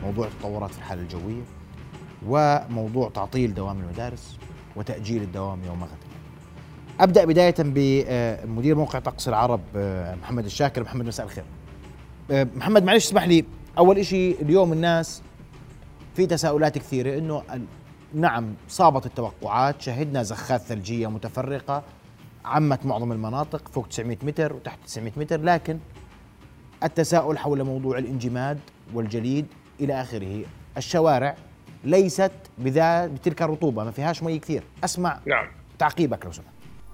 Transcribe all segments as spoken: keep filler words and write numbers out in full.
موضوع تطورات في الحالة الجوية، وموضوع تعطيل دوام المدارس وتأجيل الدوام يوم غد. أبدأ بداية بمدير موقع طقس العرب محمد الشاكر. محمد مساء الخير. محمد معلش اسمح لي، أول إشي اليوم الناس في تساؤلات كثيرة إنه نعم صابت التوقعات، شهدنا زخات ثلجية متفرقة عمت معظم المناطق فوق تسعمائة متر وتحت تسعمائة متر، لكن التساؤل حول موضوع الانجماد والجليد إلى آخره. الشوارع ليست بذا بتلك الرطوبة، ما فيهاش مي كثير. أسمع نعم تعقيبك لو سمحت.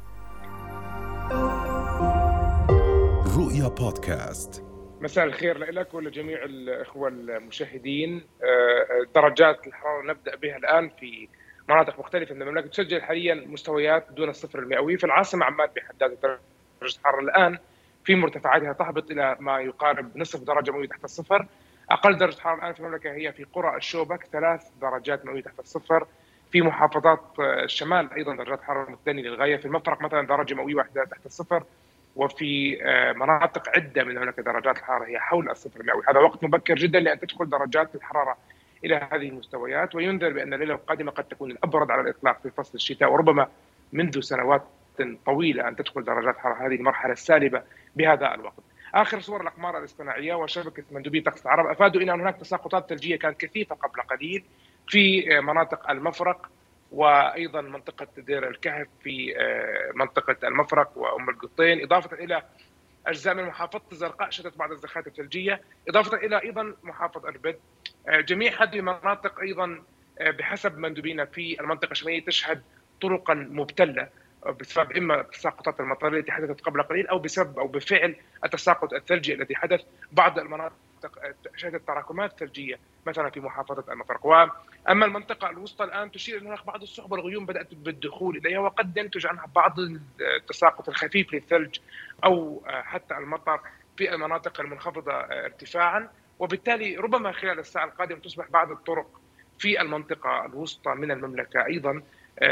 رؤيا بودكاست. مساء الخير لك ولجميع الإخوة المشاهدين. درجات الحرارة نبدأ بها الآن في مناطق مختلفة من المملكة. تسجل حاليا مستويات دون الصفر المئوي. في العاصمة عمان بحد ذاتها درجة الحرارة الآن في مرتفعاتها تهبط إلى ما يقارب نصف درجة مئوية تحت الصفر. أقل درجة حرارة الآن في المملكة هي في قرى الشوبك ثلاث درجات مئوية تحت الصفر. في محافظات الشمال أيضا درجات حرارة متدنية للغاية. في المفرق مثلا درجة مئوية واحدة تحت الصفر. وفي مناطق عدة من المملكة درجات الحرارة هي حول الصفر المئوي. هذا وقت مبكر جدا لأن تدخل درجات الحرارة إلى هذه المستويات، وينذر بأن الليلة القادمة قد تكون الأبرد على الإطلاق في فصل الشتاء، وربما منذ سنوات طويلة أن تدخل درجات الحرارة هذه المرحلة السالبة بهذا الوقت. آخر صور الأقمار الاصطناعية وشبكة مندوبي طقس العرب أفادوا إلى أن هناك تساقطات ثلجية كانت كثيفة قبل قليل في مناطق المفرق وأيضا منطقة دير الكهف في منطقة المفرق وأم القطين، إضافة إلى أجزاء من محافظة الزرقاء شهدت بعض الزخات الثلجية، إضافة إلى أيضا محافظة إربد. جميع هذه المناطق أيضا بحسب مندوبينا في المنطقة الشمالية تشهد طرقا مبتلة بسبب إما تساقطات المطر التي حدثت قبل قليل أو بسبب أو بفعل التساقط الثلجي الذي حدث. بعض المناطق شهدت تراكمات ثلجية مثلا في محافظة المفرق. وأما المنطقة الوسطى الآن تشير أن هناك بعض السحب والغيوم بدأت بالدخول إليها، وقد ينتج عنها بعض التساقط الخفيف للثلج أو حتى المطر في المناطق المنخفضة ارتفاعا، وبالتالي ربما خلال الساعة القادمة تصبح بعض الطرق في المنطقة الوسطى من المملكة أيضا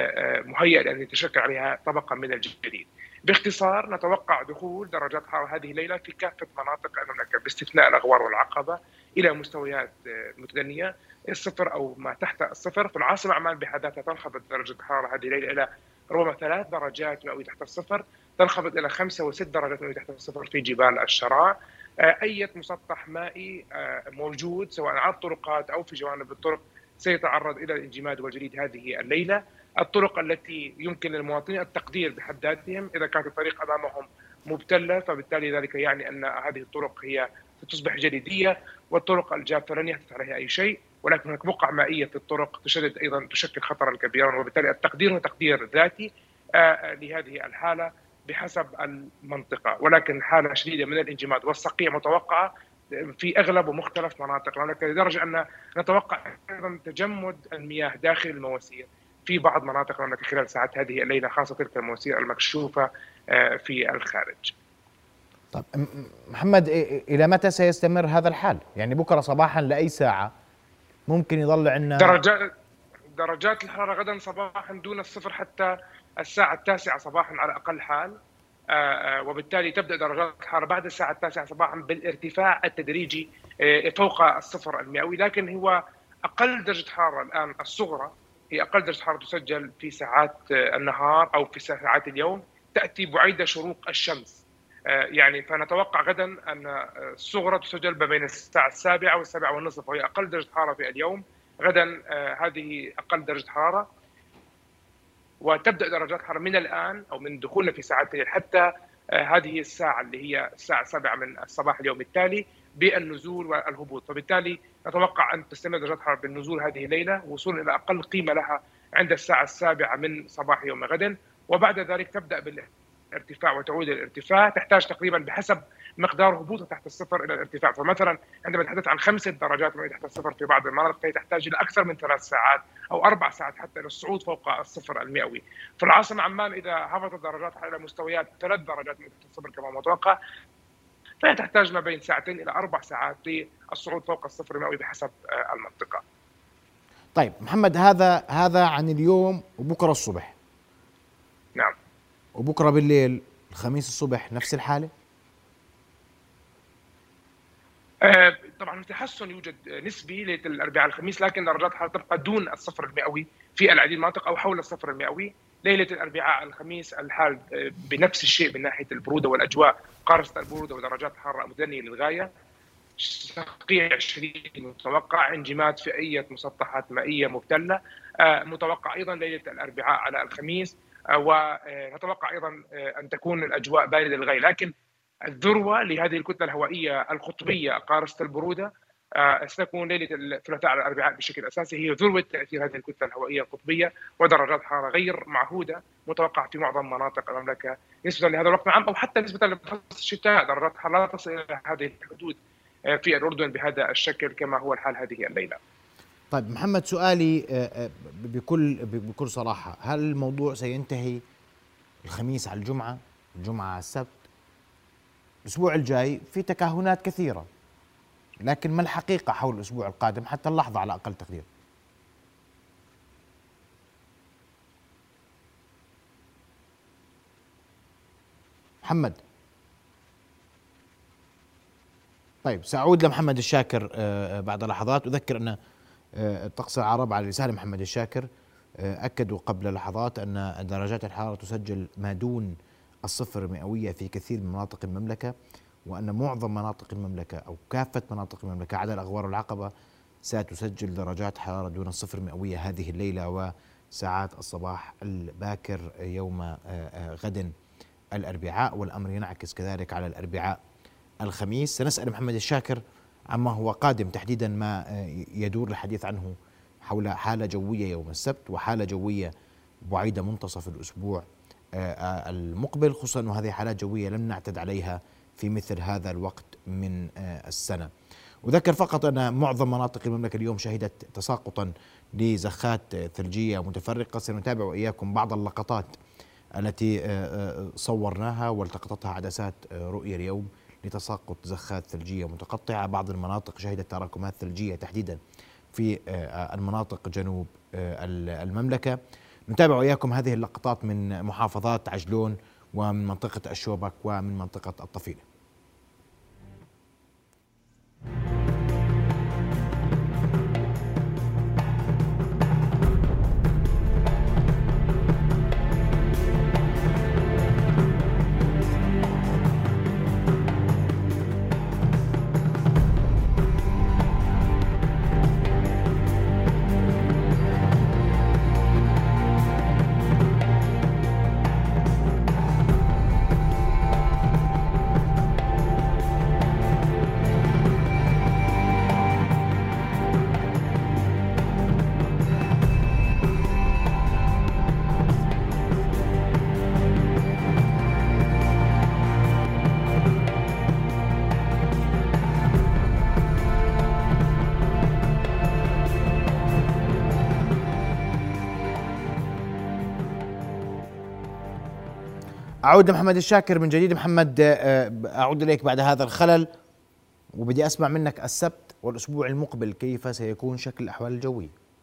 مهيئة لأن يتشكل عليها طبقة من الجليد. باختصار نتوقع دخول درجات حرارة هذه الليلة في كافة مناطق المملكة باستثناء الأغوار والعقبة إلى مستويات متدنية الصفر أو ما تحت الصفر. في العاصمة عمان بحد ذاتها تنخفض درجة الحرارة هذه الليلة إلى ربما ثلاث درجات مئوية تحت الصفر، تنخفض إلى خمسة وست درجات مئوية تحت الصفر في جبال الشراع. أي مسطح مائي موجود سواء على الطرقات أو في جوانب الطرق سيتعرض إلى الانجماد والجليد هذه الليلة. الطرق التي يمكن للمواطنين التقدير بحد ذاتهم إذا كانت الطريق أمامهم مبتلة فبالتالي ذلك يعني أن هذه الطرق هي ستصبح جليدية، والطرق الجافة لن يحدث عليها أي شيء، ولكن هناك بقع مائية في الطرق تشدد أيضا تشكل خطرا كبيرا، وبالتالي التقدير هو تقدير ذاتي لهذه الحالة بحسب المنطقة. ولكن حالة شديدة من الانجماد والصقيع متوقعة في أغلب ومختلف مناطق المملكة، لدرجة أن نتوقع أيضا تجمد المياه داخل المواسير في بعض مناطق المملكة خلال ساعات هذه الليلة، خاصة تلك المواسير المكشوفة في الخارج. طب محمد، إلى متى سيستمر هذا الحال؟ يعني بكرة صباحا لأي ساعة ممكن يظل عندنا درجات درجات الحرارة غدا صباحا دون الصفر حتى الساعة التاسعة صباحا على أقل حال، وبالتالي تبدأ درجات الحرارة بعد الساعة التاسعة صباحا بالارتفاع التدريجي فوق الصفر المئوي. لكن هو أقل درجة حرارة الآن الصغرى هي أقل درجة حرارة تسجل في ساعات النهار أو في ساعات اليوم تأتي بعيد شروق الشمس. يعني فنتوقع غدا أن الصغرى تسجل ما بين الساعة السابعة والسابعة والنصف، وهي أقل درجة حرارة في اليوم. غدا هذه أقل درجة حرارة، وتبدأ درجات حرارة من الآن أو من دخولنا في ساعات الليل حتى هذه الساعة اللي هي الساعة السابعة من الصباح اليوم التالي بالنزول والهبوط. فبالتالي نتوقع أن تستمر درجات حرارة بالنزول هذه الليلة وصولا إلى أقل قيمة لها عند الساعة السابعة من صباح يوم غد، وبعد ذلك تبدأ بالارتفاع وتعود الارتفاع. تحتاج تقريبا بحسب مقدار هبوطها تحت الصفر إلى الارتفاع. فمثلا عندما نتحدث عن خمسة درجات مئوية تحت الصفر في بعض المناطق فهي تحتاج إلى أكثر من ثلاث ساعات أو أربع ساعات حتى للصعود فوق الصفر المئوي. في العاصمة عمان إذا هبطت درجات إلى مستويات ثلاث درجات مئوية تحت الصفر كما متوقع فهي تحتاج ما بين ساعتين إلى أربع ساعات للصعود فوق الصفر المئوي بحسب المنطقة. طيب محمد، هذا هذا عن اليوم وبكرة الصبح. نعم. وبكرة بالليل الخميس الصبح نفس الحالة؟ آه طبعا تحسن يوجد نسبي ليله الاربعاء الخميس، لكن درجات الحراره تبقى دون الصفر المئوي في العديد من المناطق او حول الصفر المئوي. ليله الاربعاء الخميس الحال بنفس الشيء من ناحيه البروده والاجواء، قارصه البروده ودرجات الحراره متدنيه للغايه. صقيع شديد متوقع، انجماد في اي مسطحات مائيه مبتله متوقع ايضا ليله الاربعاء على الخميس، ونتوقع ايضا ان تكون الاجواء بارده للغايه. لكن الذروه لهذه الكتله الهوائيه القطبيه قارصه البروده ستكون ليله الثلاثاء على الاربعاء بشكل اساسي، هي ذروه تاثير هذه الكتله الهوائيه القطبيه، ودرجات حراره غير معهوده متوقع في معظم مناطق المملكه نسبه لهذا الوقت العام، او حتى نسبه لفصل الشتاء درجات الحراره لا تصل الى هذه الحدود في الأردن بهذا الشكل كما هو الحال هذه الليلة. طيب محمد، سؤالي بكل بكل صراحة، هل الموضوع سينتهي الخميس على الجمعة، الجمعة على السبت؟ الأسبوع الجاي في تكهنات كثيرة، لكن ما الحقيقة حول الأسبوع القادم حتى اللحظة على أقل تقدير؟ محمد. طيب سأعود لمحمد الشاكر بعد لحظات. أذكر أن الطقس العرب على لسان محمد الشاكر أكدوا قبل لحظات أن درجات الحرارة تسجل ما دون الصفر المئوية في كثير من مناطق المملكة، وأن معظم مناطق المملكة أو كافة مناطق المملكة عدا الأغوار والعقبة ستسجل درجات حرارة دون الصفر المئوية هذه الليلة وساعات الصباح الباكر يوم غد الأربعاء، والأمر ينعكس كذلك على الأربعاء الخميس. سنسأل محمد الشاكر عما هو قادم تحديدا، ما يدور الحديث عنه حول حالة جوية يوم السبت وحالة جوية بعيدة منتصف الأسبوع المقبل، خصوصا أن هذه حالات جوية لم نعتد عليها في مثل هذا الوقت من السنة. أذكر فقط أن معظم مناطق المملكة اليوم شهدت تساقطا لزخات ثلجية متفرقة. سنتابع وإياكم بعض اللقطات التي صورناها والتقطتها عدسات رؤية اليوم لتساقط زخات ثلجية متقطعة. بعض المناطق شهدت تراكمات ثلجية تحديدا في المناطق جنوب المملكة. نتابع وإياكم هذه اللقطات من محافظات عجلون ومن منطقة الشوبك ومن منطقة الطفيلة. أعود لمحمد الشاكر من جديد. محمد، أعود إليك بعد هذا الخلل، وبدي أسمع منك السبت والأسبوع المقبل كيف سيكون شكل الأحوال الجوية؟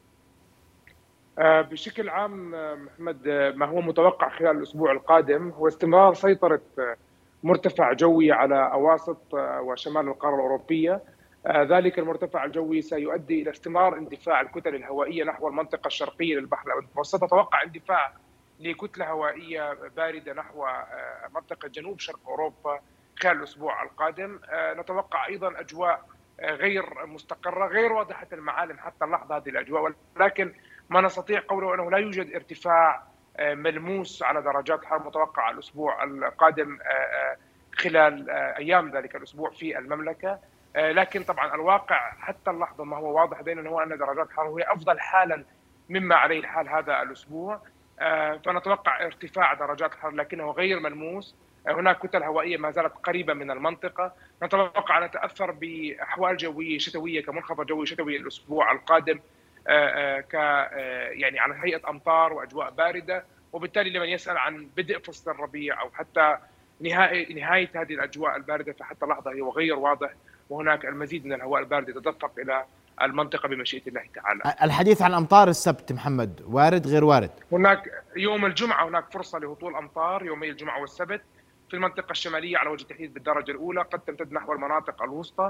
بشكل عام محمد، ما هو متوقع خلال الأسبوع القادم هو استمرار سيطرة مرتفع جوي على أواسط وشمال القارة الأوروبية. ذلك المرتفع الجوي سيؤدي إلى استمرار اندفاع الكتل الهوائية نحو المنطقة الشرقية للبحر المتوسط. تتوقع اندفاع لكتلة هوائية باردة نحو منطقة جنوب شرق أوروبا خلال الأسبوع القادم. نتوقع أيضا أجواء غير مستقرة غير واضحة المعالم حتى اللحظة هذه الأجواء، ولكن ما نستطيع قوله أنه لا يوجد ارتفاع ملموس على درجات الحرارة متوقعة الأسبوع القادم خلال أيام ذلك الأسبوع في المملكة. لكن طبعا الواقع حتى اللحظة ما هو واضح بيننا هو أن درجات الحرارة هي أفضل حالا مما عليه الحال هذا الأسبوع. فنتوقع ارتفاع درجات الحرارة لكنه غير ملموس. هناك كتل هوائية ما زالت قريبة من المنطقة. نتوقع أن نتأثر بأحوال جوية شتوية كمنخفض جوي شتوي الأسبوع القادم، ك يعني على هيئة أمطار وأجواء باردة، وبالتالي لمن يسأل عن بدء فصل الربيع أو حتى نهاية نهاية هذه الأجواء الباردة فحتى اللحظة هو غير واضح، وهناك المزيد من الهواء البارد يتدفق إلى المنطقة بمشيئة الله تعالى. الحديث عن أمطار السبت محمد، وارد غير وارد؟ هناك يوم الجمعة هناك فرصة لهطول أمطار يومي الجمعة والسبت في المنطقة الشمالية على وجه التحديد بالدرجة الأولى، قد تمتد نحو المناطق الوسطى.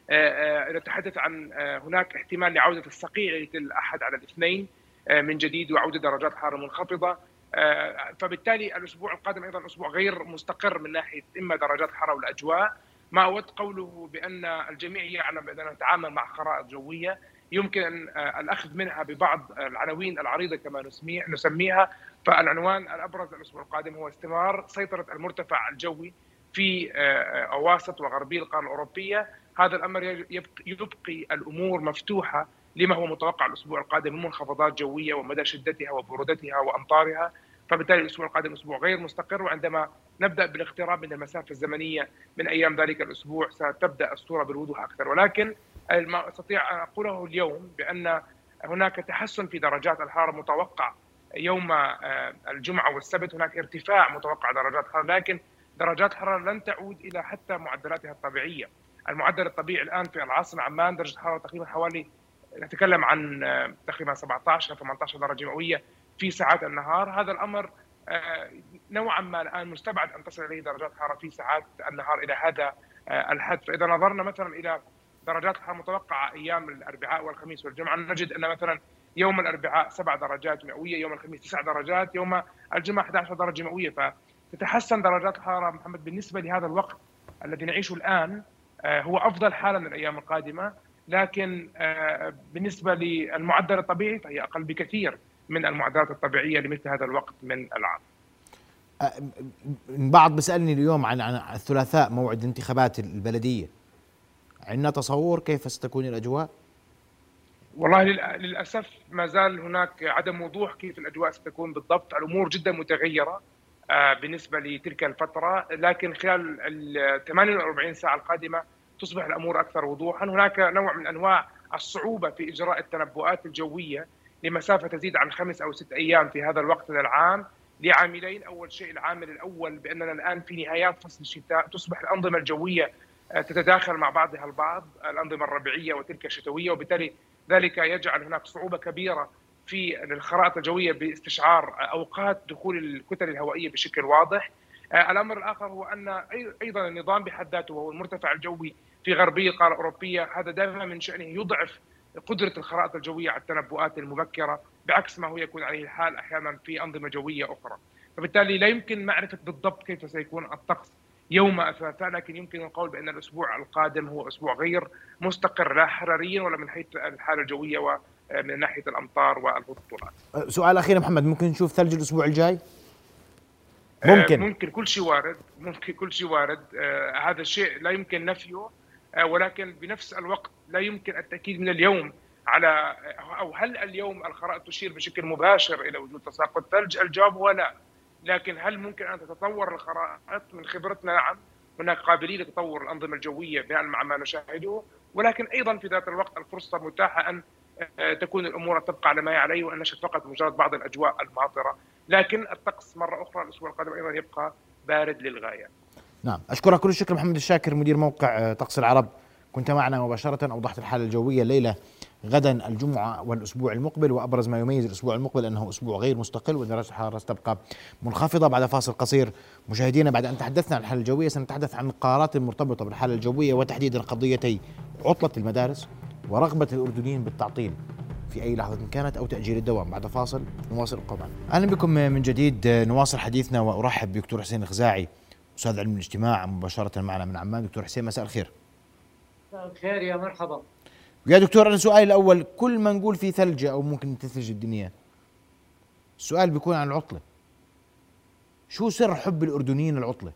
نتحدث عن هناك احتمال لعودة الصقيع ليلة الأحد على الاثنين من جديد وعودة درجات حرارة منخفضة. فبالتالي الأسبوع القادم أيضا أسبوع غير مستقر من ناحية إما درجات حرارة والأجواء. ما أود قوله بأن الجميع يعلم بأننا نتعامل مع خرائط جوية يمكن الأخذ منها ببعض العناوين العريضة كما نسميها. فالعنوان الأبرز الأسبوع القادم هو استمرار سيطرة المرتفع الجوي في أواسط وغربي القارة الأوروبية. هذا الأمر يبقي الأمور مفتوحة لما هو متوقع الأسبوع القادم من منخفضات جوية ومدى شدتها وبرودتها وأمطارها. فبالتالي الأسبوع القادم أسبوع غير مستقر، وعندما نبدأ بالاقتراب من المسافة الزمنية من أيام ذلك الأسبوع ستبدأ الصورة بالوضوح أكثر. ولكن ما أستطيع أن أقوله اليوم بأن هناك تحسن في درجات الحرارة متوقع يوم الجمعة والسبت. هناك ارتفاع متوقع درجات الحرارة، لكن درجات الحرارة لن تعود إلى حتى معدلاتها الطبيعية. المعدل الطبيعي الآن في العاصمة عمان درجة الحرارة تقريبا حوالي، نتكلم عن تقريبا سبعة عشر ثمانية عشر درجة مئوية في ساعات النهار. هذا الأمر نوعا ما الآن مستبعد أن تصل إليه درجات الحرارة في ساعات النهار إلى هذا الحد. فإذا نظرنا مثلا إلى درجات الحرارة المتوقعة أيام الأربعاء والخميس والجمعة نجد أن مثلا يوم الأربعاء سبع درجات مئوية، يوم الخميس تسع درجات، يوم الجمعة أحد عشر درجة مئوية. فتتحسن درجات الحرارة محمد بالنسبة لهذا الوقت الذي نعيشه الآن. هو أفضل حالة من الأيام القادمة، لكن بالنسبة للمعدل الطبيعي فهي أقل بكثير من المعدلات الطبيعية لمثل هذا الوقت من العام. البعض بيسألني اليوم عن عن الثلاثاء موعد انتخابات البلدية، عندنا تصور كيف ستكون الأجواء؟ والله للأسف ما زال هناك عدم وضوح كيف الأجواء ستكون بالضبط. الأمور جدا متغيرة بالنسبة لتلك الفترة، لكن خلال ال ثمانية وأربعين ساعة القادمة تصبح الأمور أكثر وضوحا. هناك نوع من أنواع الصعوبة في إجراء التنبؤات الجوية لمسافة تزيد عن خمس أو ست أيام في هذا الوقت من العام لعاملين. أول شيء العامل الأول بأننا الآن في نهايات فصل الشتاء، تصبح الأنظمة الجوية تتداخل مع بعضها البعض، الأنظمة الربيعية وتلك الشتوية، وبالتالي ذلك يجعل هناك صعوبة كبيرة في الخرائط الجوية باستشعار أوقات دخول الكتل الهوائية بشكل واضح. الأمر الآخر هو أن أيضا النظام بحد ذاته وهو المرتفع الجوي في غربي القارة الأوروبية، هذا دائما من شأنه يضعف قدرة الخرائط الجوية على التنبؤات المبكرة بعكس ما هو يكون عليه الحال أحيانا في أنظمة جوية أخرى. فبالتالي لا يمكن معرفة بالضبط كيف سيكون الطقس يوم الثلاثاء، لكن يمكن القول بأن الأسبوع القادم هو أسبوع غير مستقر لا حراريا ولا من حيث الحالة الجوية ومن ناحية الأمطار والهطولات. سؤال أخير محمد، ممكن نشوف ثلج الأسبوع الجاي؟ ممكن ممكن كل شيء وارد، ممكن كل شيء وارد. آه هذا الشيء لا يمكن نفيه، آه ولكن بنفس الوقت لا يمكن التأكيد من اليوم على أو هل اليوم الخرائط تشير بشكل مباشر إلى وجود تساقط ثلج؟ الجواب هو لا. لكن هل ممكن أن تتطور الخرائط؟ من خبرتنا نعم، هناك قابلية لتطور الأنظمة الجوية بناء مع ما نشاهده، ولكن أيضا في ذات الوقت الفرصة متاحة أن تكون الأمور تبقى على ما عليه وأن نشهد فقط مجرد بعض الأجواء الماطرة. لكن الطقس مرة أخرى الأسبوع القادم أيضا يبقى بارد للغاية. نعم، أشكرك كل الشكر محمد الشاكر مدير موقع طقس العرب، كنت معنا مباشرة، أوضحت الحالة الجوية الليلة غدا الجمعة والأسبوع المقبل، وأبرز ما يميز الأسبوع المقبل أنه أسبوع غير مستقل ودرجة الحرارة ستبقى منخفضة. بعد فاصل قصير مشاهدينا، بعد أن تحدثنا عن الحالة الجوية سنتحدث عن القرارات المرتبطة بالحالة الجوية وتحديدا قضيتي عطلة المدارس ورغبة الأردنيين بالتعطيل في أي لحظة كانت أو تأجيل الدوام. بعد فاصل نواصل القومان. أهلا بكم من جديد، نواصل حديثنا وأرحب بدكتور حسين الخزاعي أستاذ علم الاجتماع مباشرة معنا من عمان. دكتور حسين مساء الخير. مساء الخير يا مرحبا يا دكتور. أنا سؤالي الأول، كل ما نقول في ثلجة أو ممكن تثلج الدنيا السؤال بيكون عن العطلة. شو سر حب الأردنيين العطلة؟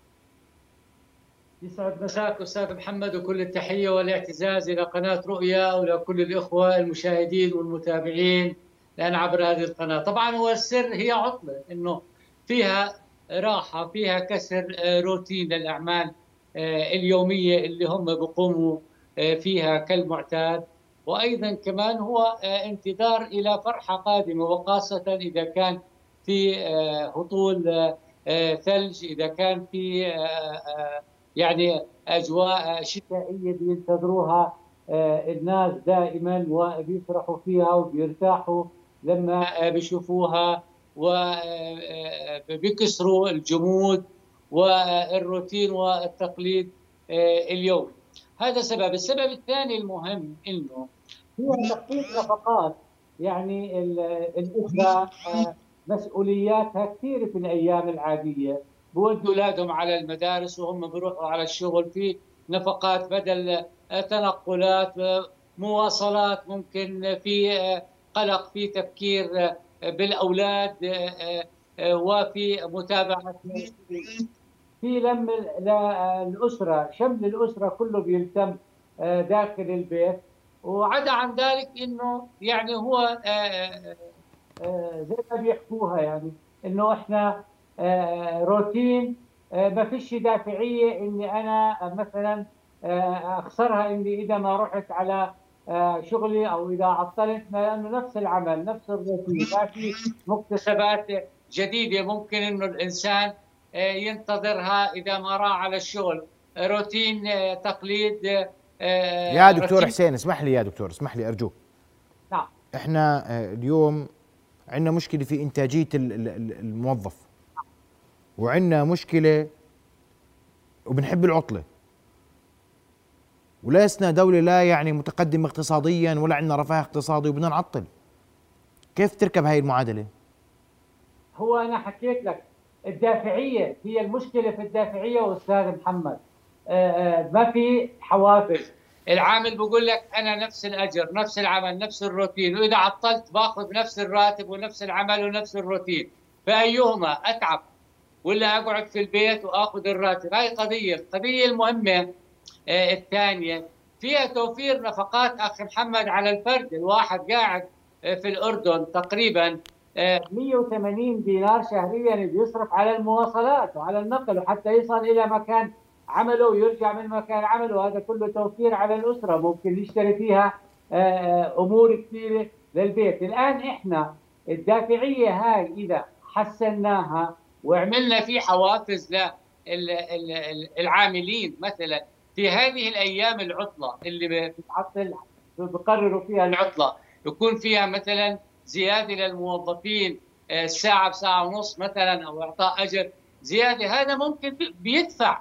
يسعد مساك أستاذ محمد، وكل التحية والاعتزاز إلى قناة رؤيا ولكل الإخوة المشاهدين والمتابعين لأن عبر هذه القناة. طبعا هو السر هي عطلة، إنه فيها راحة، فيها كسر روتين للأعمال اليومية اللي هم بيقوموا فيها كالمعتاد، وأيضا كمان هو انتظار إلى فرحة قادمة، وخاصة إذا كان في هطول ثلج، إذا كان في يعني أجواء شتائية بينتظروها الناس دائما وبيفرحوا فيها وبيرتاحوا لما بيشوفوها وبيكسروا الجمود والروتين والتقليد اليومي. هذا سبب. السبب الثاني المهم انه هو تخفيض نفقات، يعني الاسره مسؤولياتها كثير في الايام العاديه، بودوا اولادهم على المدارس وهم بيروحوا على الشغل، في نفقات بدل تنقلات، مواصلات، ممكن في قلق، في تفكير بالاولاد، وفي متابعه، في لم الاسره، شمل الاسره كله بيلتم داخل البيت. وعدا عن ذلك انه يعني هو زي ما بيحكوها، يعني انه احنا روتين، ما فيش دافعيه اني انا مثلا اخسرها اني اذا ما رحت على شغلي او اذا عطلت، لانه نفس العمل نفس الروتين، ما في مكتسبات جديده ممكن انه الانسان ينتظرها اذا ما راح على الشغل. روتين، تقليد. يا دكتور حسين اسمح لي، يا دكتور اسمح لي ارجوك. نعم. احنا اليوم عندنا مشكله في انتاجيه الموظف، وعندنا مشكله وبنحب العطله، ولسنا دولة لا يعني متقدمة اقتصاديا ولا عندنا رفاه اقتصادي وبدنا نعطل. كيف تركب هاي المعادلة؟ هو أنا حكيت لك الدافعية، هي المشكلة في الدافعية أستاذ محمد. آآ ما في حوافز. العامل بقول لك أنا نفس الأجر، نفس العمل، نفس الروتين، وإذا عطلت باخذ نفس الراتب ونفس العمل ونفس الروتين، فأيهما أتعب ولا أقعد في البيت وآخذ الراتب؟ هاي قضية. القضية المهمة آه الثانية فيها توفير نفقات أخي محمد على الفرد. الواحد قاعد آه في الأردن تقريبا آه مئة وثمانين دينار شهريا بيصرف على المواصلات وعلى النقل وحتى يصل إلى مكان عمله ويرجع من مكان عمله. هذا كله توفير على الأسرة، ممكن يشتري فيها آه أمور كثيرة للبيت. الآن إحنا الدافعية هاي إذا حسناها وعملنا في حوافز للعاملين، مثلا في هذه الايام العطله اللي بتعطل بقرروا فيها العطله، يكون فيها مثلا زياده للموظفين ساعه بساعه ونص مثلا، او اعطاء اجر زياده، هذا ممكن بيدفع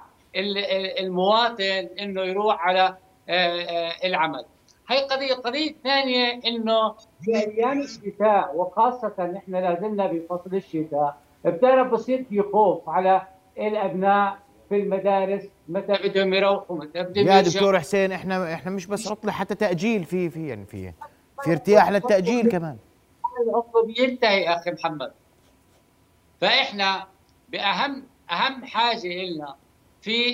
المواطن انه يروح على العمل. هي قضيه. القضيه الثانيه انه في ايام الشتاء، وخاصه احنا لازلنا بفصل الشتاء، بتعرف بصير في خوف على الابناء في المدارس متى بدهم يروحوا، متى بدهم يا دكتور حسين احنا احنا مش بس عطله، حتى تاجيل، في في يعني في في ارتياح للتاجيل كمان. العطله بينتهي اخي محمد. فاحنا باهم اهم حاجه لنا في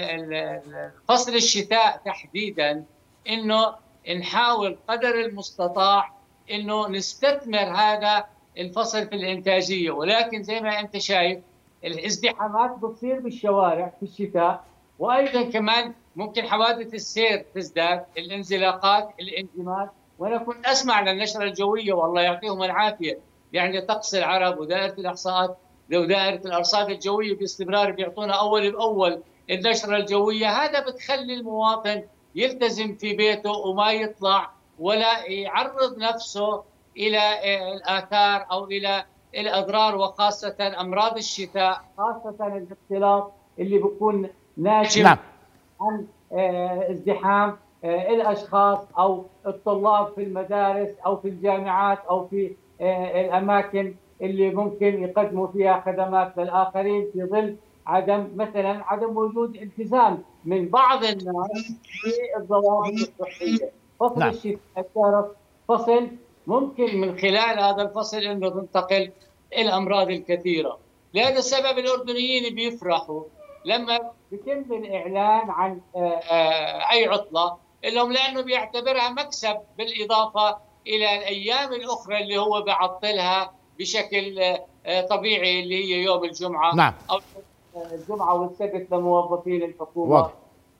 فصل الشتاء تحديدا انه نحاول قدر المستطاع انه نستثمر هذا الفصل في الانتاجيه. ولكن زي ما انت شايف الازدحامات بتصير بالشوارع في الشتاء، وايضا كمان ممكن حوادث السير تزداد، الانزلاقات، الانجماد. وانا كنت اسمع للنشره الجويه والله يعطيهم العافيه، يعني طقس العرب ودائره الاحصاءات ودائره الارصاد الجويه باستمرار بيعطونا اول باول النشره الجويه. هذا بتخلي المواطن يلتزم في بيته وما يطلع ولا يعرض نفسه الى الاثار او الى الاضرار، وخاصه امراض الشتاء، خاصه الاختلاط اللي بيكون ناشئ نعم. عن ازدحام الاشخاص او الطلاب في المدارس او في الجامعات او في الاماكن اللي ممكن يقدموا فيها خدمات للاخرين، في ظل عدم مثلا عدم وجود التزام من بعض الناس في الضوابط الصحيه. فصل نعم. الشتاء تعرف فصل ممكن من خلال هذا الفصل انه تنتقل الامراض الكثيره. لهذا السبب الاردنيين بيفرحوا لما بيتم الاعلان عن اي عطله لهم، لانه بيعتبرها مكسب بالاضافه الى الايام الاخرى اللي هو بيعطلها بشكل طبيعي، اللي هي يوم الجمعه. نعم. او الجمعه والسبت لموظفين الحكومه. واضح.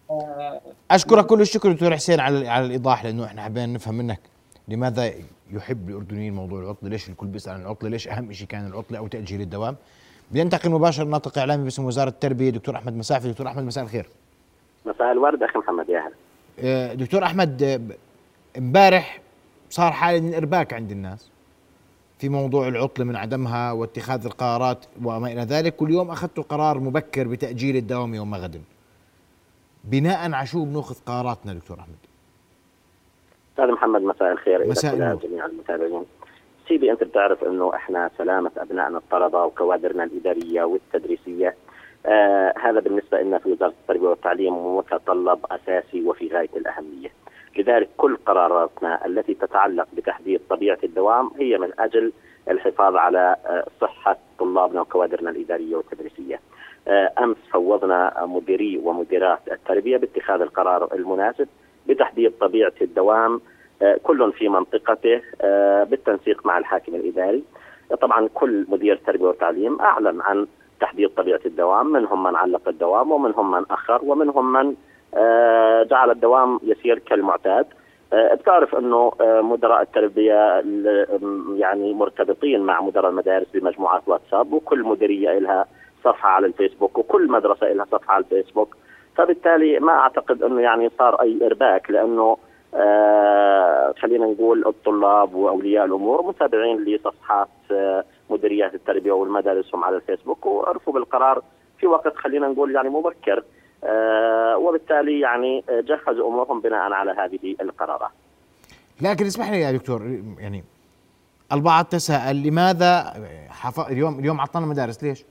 اشكرك كل الشكر دكتور حسين على على الايضاح، لانه احنا حابين نفهم منك لماذا يحب الاردنيين موضوع العطله، ليش الكل بيسال عن العطله، ليش اهم شيء كان العطله او تاجيل الدوام. بينتقل مباشر ناطق اعلامي باسم وزاره التربيه دكتور احمد مسافي. دكتور احمد مساء الخير. مساء الورد اخي محمد. يا هلا دكتور احمد، امبارح صار حاله من ارباك عند الناس في موضوع العطله من عدمها واتخاذ القرارات وما الى ذلك، واليوم اخذتوا قرار مبكر بتاجيل الدوام يوم غد. بناء على شو بناخذ قراراتنا دكتور أحمد؟ أستاذ محمد مساء الخير. مساء إلى جميع المتابعين. سيدي أنت بتعرف أنه إحنا سلامة أبنائنا الطلبة وكوادرنا الإدارية والتدريسية آه هذا بالنسبة لنا في وزارة التربية والتعليم متطلب أساسي وفي غاية الأهمية. لذلك كل قراراتنا التي تتعلق بتحديد طبيعة الدوام هي من أجل الحفاظ على آه صحة طلابنا وكوادرنا الإدارية والتدريسية. آه أمس فوضنا مديري ومديرات التربية باتخاذ القرار المناسب بتحديد طبيعة الدوام آه كل في منطقته آه بالتنسيق مع الحاكم الإداري. طبعا كل مدير تربية وتعليم أعلن عن تحديد طبيعة الدوام، منهم من علق الدوام ومنهم من أخر ومنهم من آه جعل الدوام يسير كالمعتاد. آه بتعرف أنه آه مدراء التربية يعني مرتبطين مع مدراء المدارس بمجموعات واتساب، وكل مديرية لها صفحة على الفيسبوك وكل مدرسة لها صفحة على الفيسبوك. فبالتالي ما أعتقد أنه يعني صار أي إرباك، لأنه آه خلينا نقول الطلاب وأولياء الأمور متابعين لصفحات آه مديريات التربية والمدارسهم على الفيسبوك وعرفوا بالقرار في وقت خلينا نقول يعني مبكر، آه وبالتالي يعني جهزوا أمورهم بناء على هذه القرارات. لكن اسمح لي يا دكتور، يعني البعض تساءل لماذا حف... اليوم اليوم عطلنا المدارس ليش؟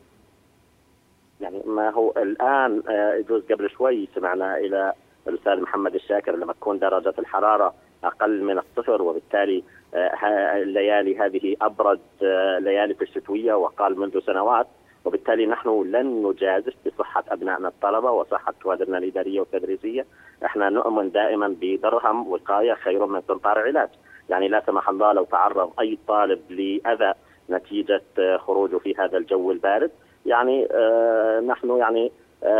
يعني ما هو الآن يجوز قبل شوي سمعنا إلى الأستاذ محمد الشاكر لما تكون درجة الحرارة أقل من الصفر، وبالتالي الليالي هذه أبرد ليالي في الشتوية وقال منذ سنوات، وبالتالي نحن لن نجازف بصحة أبنائنا الطلبة وصحة كوادرنا الإدارية والتدريسية. احنا نؤمن دائما بدرهم وقاية خير من قنطار علاج. يعني لا سمح الله لو تعرض أي طالب لأذى نتيجة خروجه في هذا الجو البارد، يعني آه نحن يعني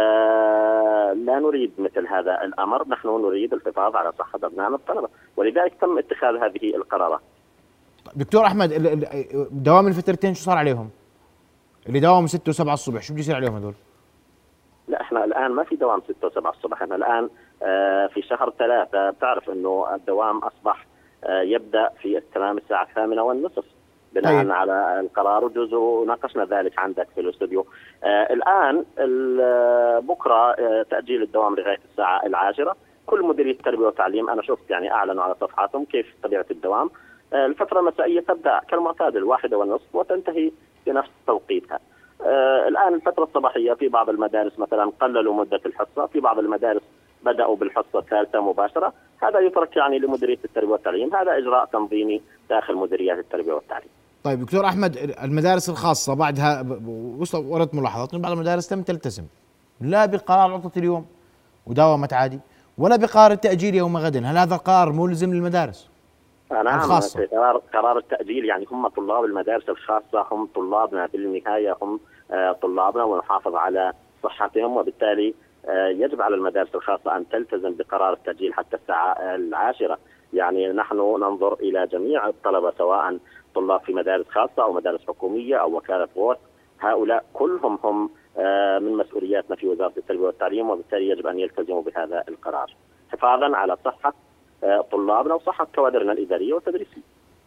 آه لا نريد مثل هذا الأمر، نحن نريد الحفاظ على صحة أبنائنا الطلبة، ولذلك تم اتخاذ هذه القرارات. دكتور أحمد، دوام الفترتين شو صار عليهم؟ اللي دوام ستة وسبعة الصبح شو بده يصير عليهم هذول؟ لا احنا الآن ما في دوام ستة وسبعة الصبح، احنا الآن آه في شهر ثلاثة. بتعرف انه الدوام أصبح آه يبدأ في التمام الساعة الثامنة والنصف بناء طيب. على القرار، وجزء ناقشنا ذلك عندك في الاستوديو. آه الآن بكرة آه تأجيل الدوام لغاية الساعة العاشرة. كل مديرية التربية والتعليم أنا شفت يعني أعلنوا على صفحاتهم كيف طبيعة الدوام. آه الفترة المسائية تبدأ كالمعتاد الواحدة والنصف وتنتهي بنفس توقيتها. آه الآن الفترة الصباحية في بعض المدارس مثلا قللوا مدة الحصة، في بعض المدارس بدأوا بالحصة الثالثة مباشرة. هذا يترك يعني لمديرية التربية والتعليم، هذا إجراء تنظيمي داخل مديريات التربية والتعليم. طيب دكتور أحمد، المدارس الخاصة بعدها وردت ملاحظات أن بعض المدارس لم تلتزم لا بقرار عطلة اليوم وداومت عادي ولا بقرار التأجيل يوم غد. هل هذا قرار ملزم للمدارس نعم الخاصة؟ قرار قرار التأجيل يعني هم طلاب المدارس الخاصة هم طلابنا بالنهاية، هم طلابنا ونحافظ على صحتهم، وبالتالي يجب على المدارس الخاصة أن تلتزم بقرار التأجيل حتى الساعة العاشرة. يعني نحن ننظر إلى جميع الطلبة سواء طلاب في مدارس خاصة أو مدارس حكومية أو وكالة غوث، هؤلاء كلهم هم من مسؤولياتنا في وزارة التربية والتعليم، وبالتالي يجب أن يلتزموا بهذا القرار حفاظا على صحة طلابنا وصحة كوادرنا الإدارية والتدريسية.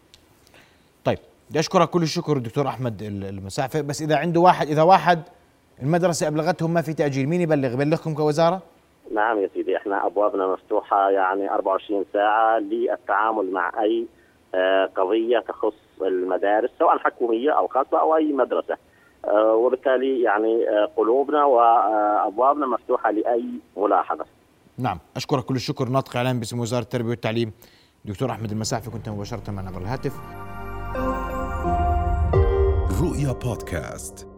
طيب بدي أشكرك كل الشكر دكتور أحمد المساعفة. بس إذا عنده واحد إذا واحد المدرسة أبلغتهم ما في تأجيل، مين يبلغ؟ يبلغكم كوزارة؟ نعم يا سيدي، احنا أبوابنا مفتوحة يعني أربعة وعشرين ساعة للتعامل مع أي قضية تخص المدارس سواء حكومية أو خاصة أو أي مدرسة، وبالتالي يعني قلوبنا وأبوابنا مفتوحة لأي ملاحظة. نعم، أشكرك كل الشكر. ناطق إعلام باسم وزارة التربية والتعليم دكتور أحمد المساعفي، كنت مباشرة معنا عبر الهاتف. رؤيا بودكاست.